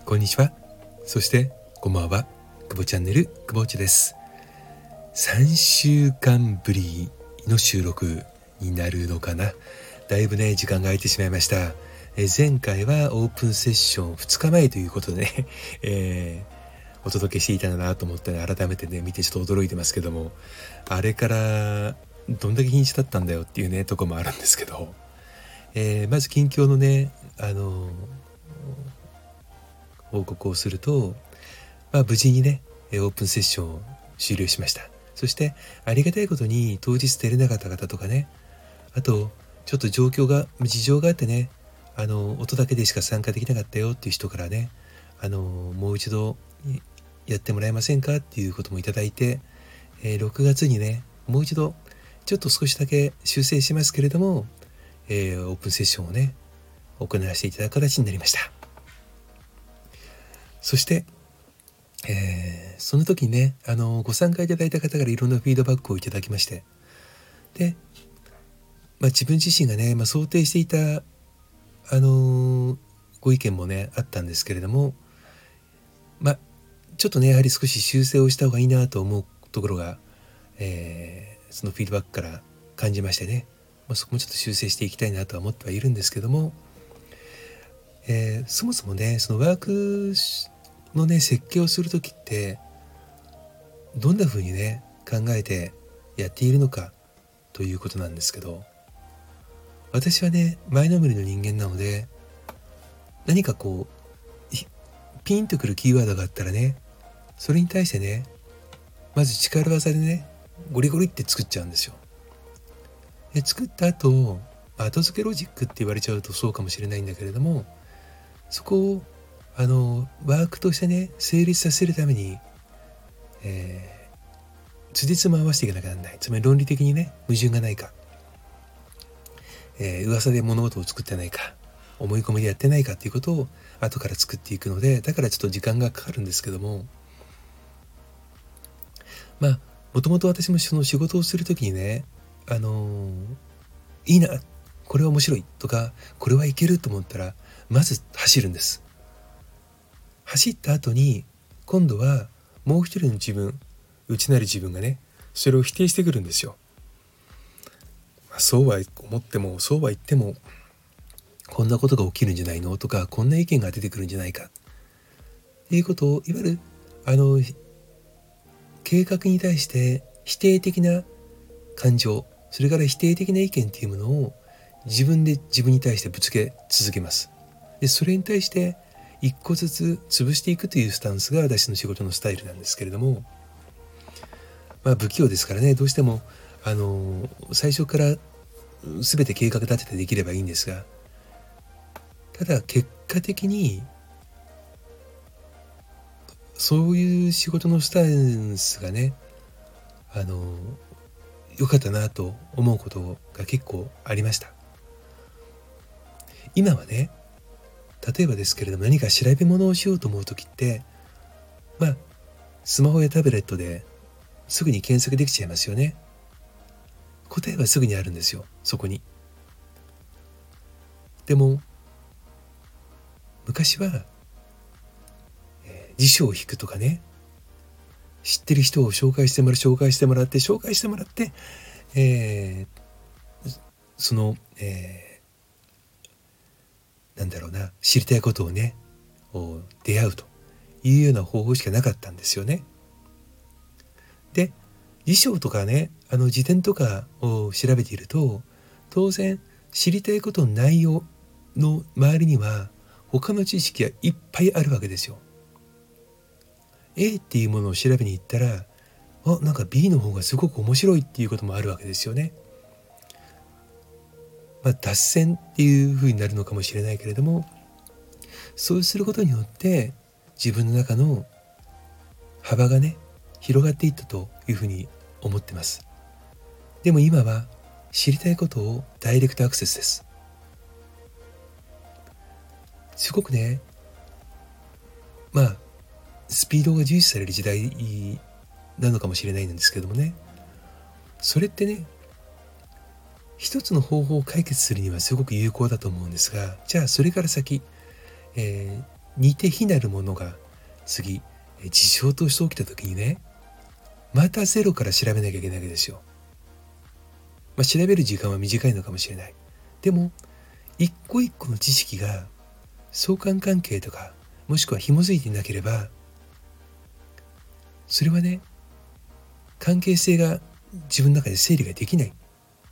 こんにちは。そしてこんばんは。久保チャンネル久保内です。3週間ぶりの収録になるのかな。だいぶね時間が空いてしまいました。前回はオープンセッション2日前ということでね、お届けしていたんだなと思ってね、改めてね見てちょっと驚いてますけども、あれからどんだけ日にち経ったんだよっていうねとこもあるんですけど、まず近況のね報告をすると、無事にねオープンセッションを終了しました。そしてありがたいことに当日出れなかった方とかね、あとちょっと事情があってね、音だけでしか参加できなかったよっていう人からね、もう一度やってもらえませんかっていうこともいただいて、6月にねもう一度ちょっと少しだけ修正しますけれども、オープンセッションをね行わせていただく形になりました。そして、その時にねご参加いただいた方からいろんなフィードバックをいただきまして、で、自分自身がね、想定していたご意見もねあったんですけれども、ちょっとねやはり少し修正をした方がいいなと思うところが、そのフィードバックから感じましてね、そこもちょっと修正していきたいなとは思ってはいるんですけども、そもそもねそのワークのね設計をする時ってどんな風にね考えてやっているのかということなんですけど、私はね前のめりの人間なので、何かこうピンとくるキーワードがあったらね、それに対してねまず力技でねゴリゴリって作っちゃうんですよ。で作った後後付けロジックって言われちゃうとそうかもしれないんだけれども、そこをワークとしてね成立させるために、辻褄合わせていかなきゃならない。つまり論理的にね矛盾がないか、噂で物事を作ってないか、思い込みでやってないかっていうことを後から作っていくので、だからちょっと時間がかかるんですけども、もともと私もその仕事をするときにねいいな、これは面白いとかこれはいけると思ったらまず走るんです。走った後に今度はもう一人の自分、内なる自分がねそれを否定してくるんですよ。そうは思ってもそうは言ってもこんなことが起きるんじゃないのとか、こんな意見が出てくるんじゃないかっていうことを、いわゆる計画に対して否定的な感情、それから否定的な意見っていうものを自分で自分に対してぶつけ続けます。でそれに対して一個ずつ潰していくというスタンスが私の仕事のスタイルなんですけれども、不器用ですからね、どうしても最初から全て計画立ててできればいいんですが、ただ結果的にそういう仕事のスタンスがね良かったなと思うことが結構ありました。今はね例えばですけれども、何か調べ物をしようと思うときってスマホやタブレットですぐに検索できちゃいますよね。答えはすぐにあるんですよ、そこに。でも昔は、辞書を引くとかね、知ってる人を紹介してもらって、その、知りたいことをね出会うというような方法しかなかったんですよね。で辞書とかね辞典とかを調べていると、当然知りたいことの内容の周りには他の知識がいっぱいあるわけですよ。A っていうものを調べに行ったら、なんか B の方がすごく面白いっていうこともあるわけですよね。脱線っていう風になるのかもしれないけれども、そうすることによって自分の中の幅がね広がっていったというふうに思ってます。でも今は知りたいことをダイレクトアクセスです。すごくねスピードが重視される時代なのかもしれないんですけどもね、それってね一つの方法を解決するにはすごく有効だと思うんですが、じゃあそれから先、 似て非なるものが次事象として起きた時にね、またゼロから調べなきゃいけないわけですよ。調べる時間は短いのかもしれない。でも一個一個の知識が相関関係とかもしくは紐づいていなければ、それはね、関係性が自分の中で整理ができない。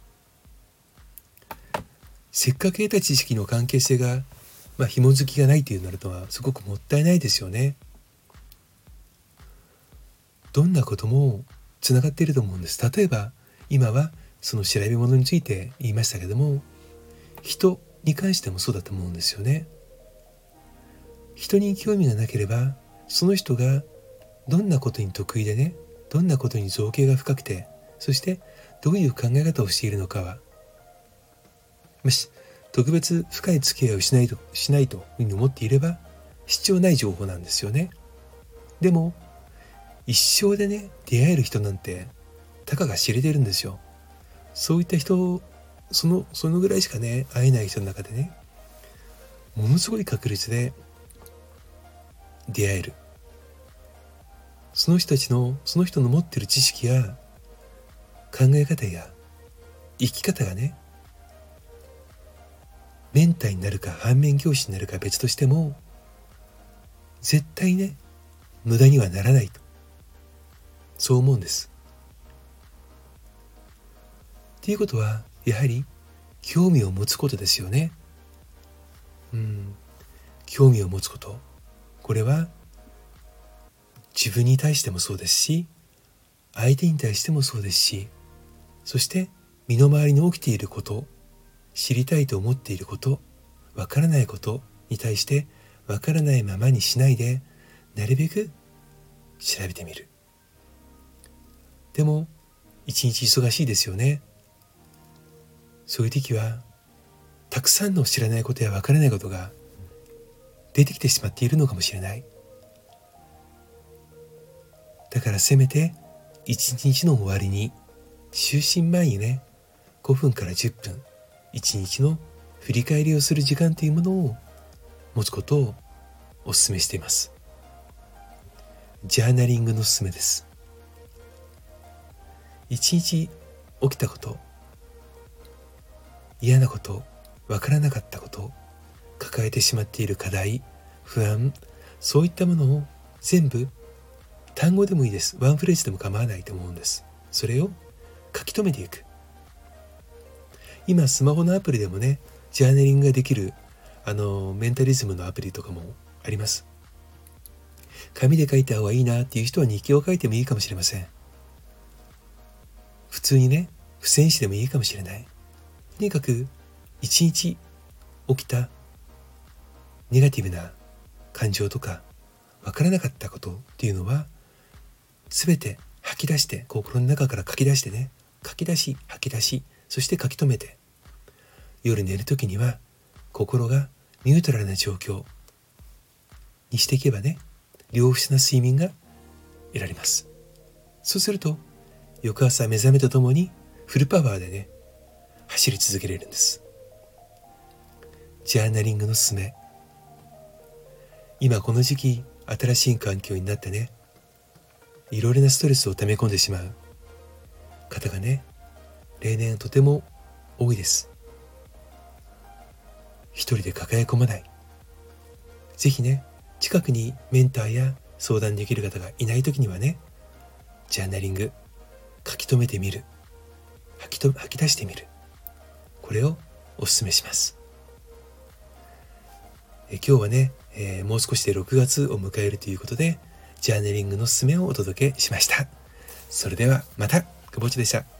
せっかく得た知識の関係性が、紐づきがないというなるとはすごくもったいないですよね。どんなこともつながっていると思うんです。例えば今はその調べ物について言いましたけども、人に関してもそうだと思うんですよね。人に興味がなければ、その人がどんなことに得意でね、どんなことに造形が深くて、そしてどういう考え方をしているのかは、特別深い付き合いをしないというふうに思っていれば必要ない情報なんですよね。でも一生でね、出会える人なんてたかが知れてるんですよ。そういった人、そのぐらいしかね、会えない人の中でね、ものすごい確率で出会える。その人の持っている知識や考え方や生き方がね、メンターになるか反面教師になるか別としても、絶対ね、無駄にはならないと、そう思うんです。っていうことはやはり興味を持つことですよね。興味を持つこと、これは自分に対してもそうですし、相手に対してもそうですし、そして身の回りに起きていること、知りたいと思っていること、わからないことに対してわからないままにしないで、なるべく調べてみる。でも一日忙しいですよね。そういう時はたくさんの知らないことやわからないことが出てきてしまっているのかもしれない。だからせめて一日の終わりに、就寝前にね、5分から10分一日の振り返りをする時間というものを持つことをお勧めしています。ジャーナリングのすすめです。一日起きたこと、嫌なこと、わからなかったこと、抱えてしまっている課題、不安、そういったものを全部、単語でもいいです。ワンフレーズでも構わないと思うんです。それを書き留めていく。今スマホのアプリでもね、ジャーナリングができるメンタリズムのアプリとかもあります。紙で書いた方がいいなっていう人は日記を書いてもいいかもしれません。普通にね、付箋紙でもいいかもしれない。とにかく一日起きたネガティブな感情とかわからなかったことっていうのは全て吐き出して、心の中から書き出してね、書き出し吐き出し、そして書き留めて、夜寝る時には心がニュートラルな状況にしていけばね、良質な睡眠が得られます。そうすると翌朝目覚めとともにフルパワーでね、走り続けれるんです。ジャーナリングのすすめ。今この時期、新しい環境になってね、いろいろなストレスを溜め込んでしまう方がね、例年とても多いです。一人で抱え込まない。ぜひね、近くにメンターや相談できる方がいないときにはね、ジャーナリング書き留めてみる、吐き出してみる、これをお勧めします。今日はね、もう少しで6月を迎えるということで、ジャーナリングのすすめをお届けしました。それではまた、くぼちでした。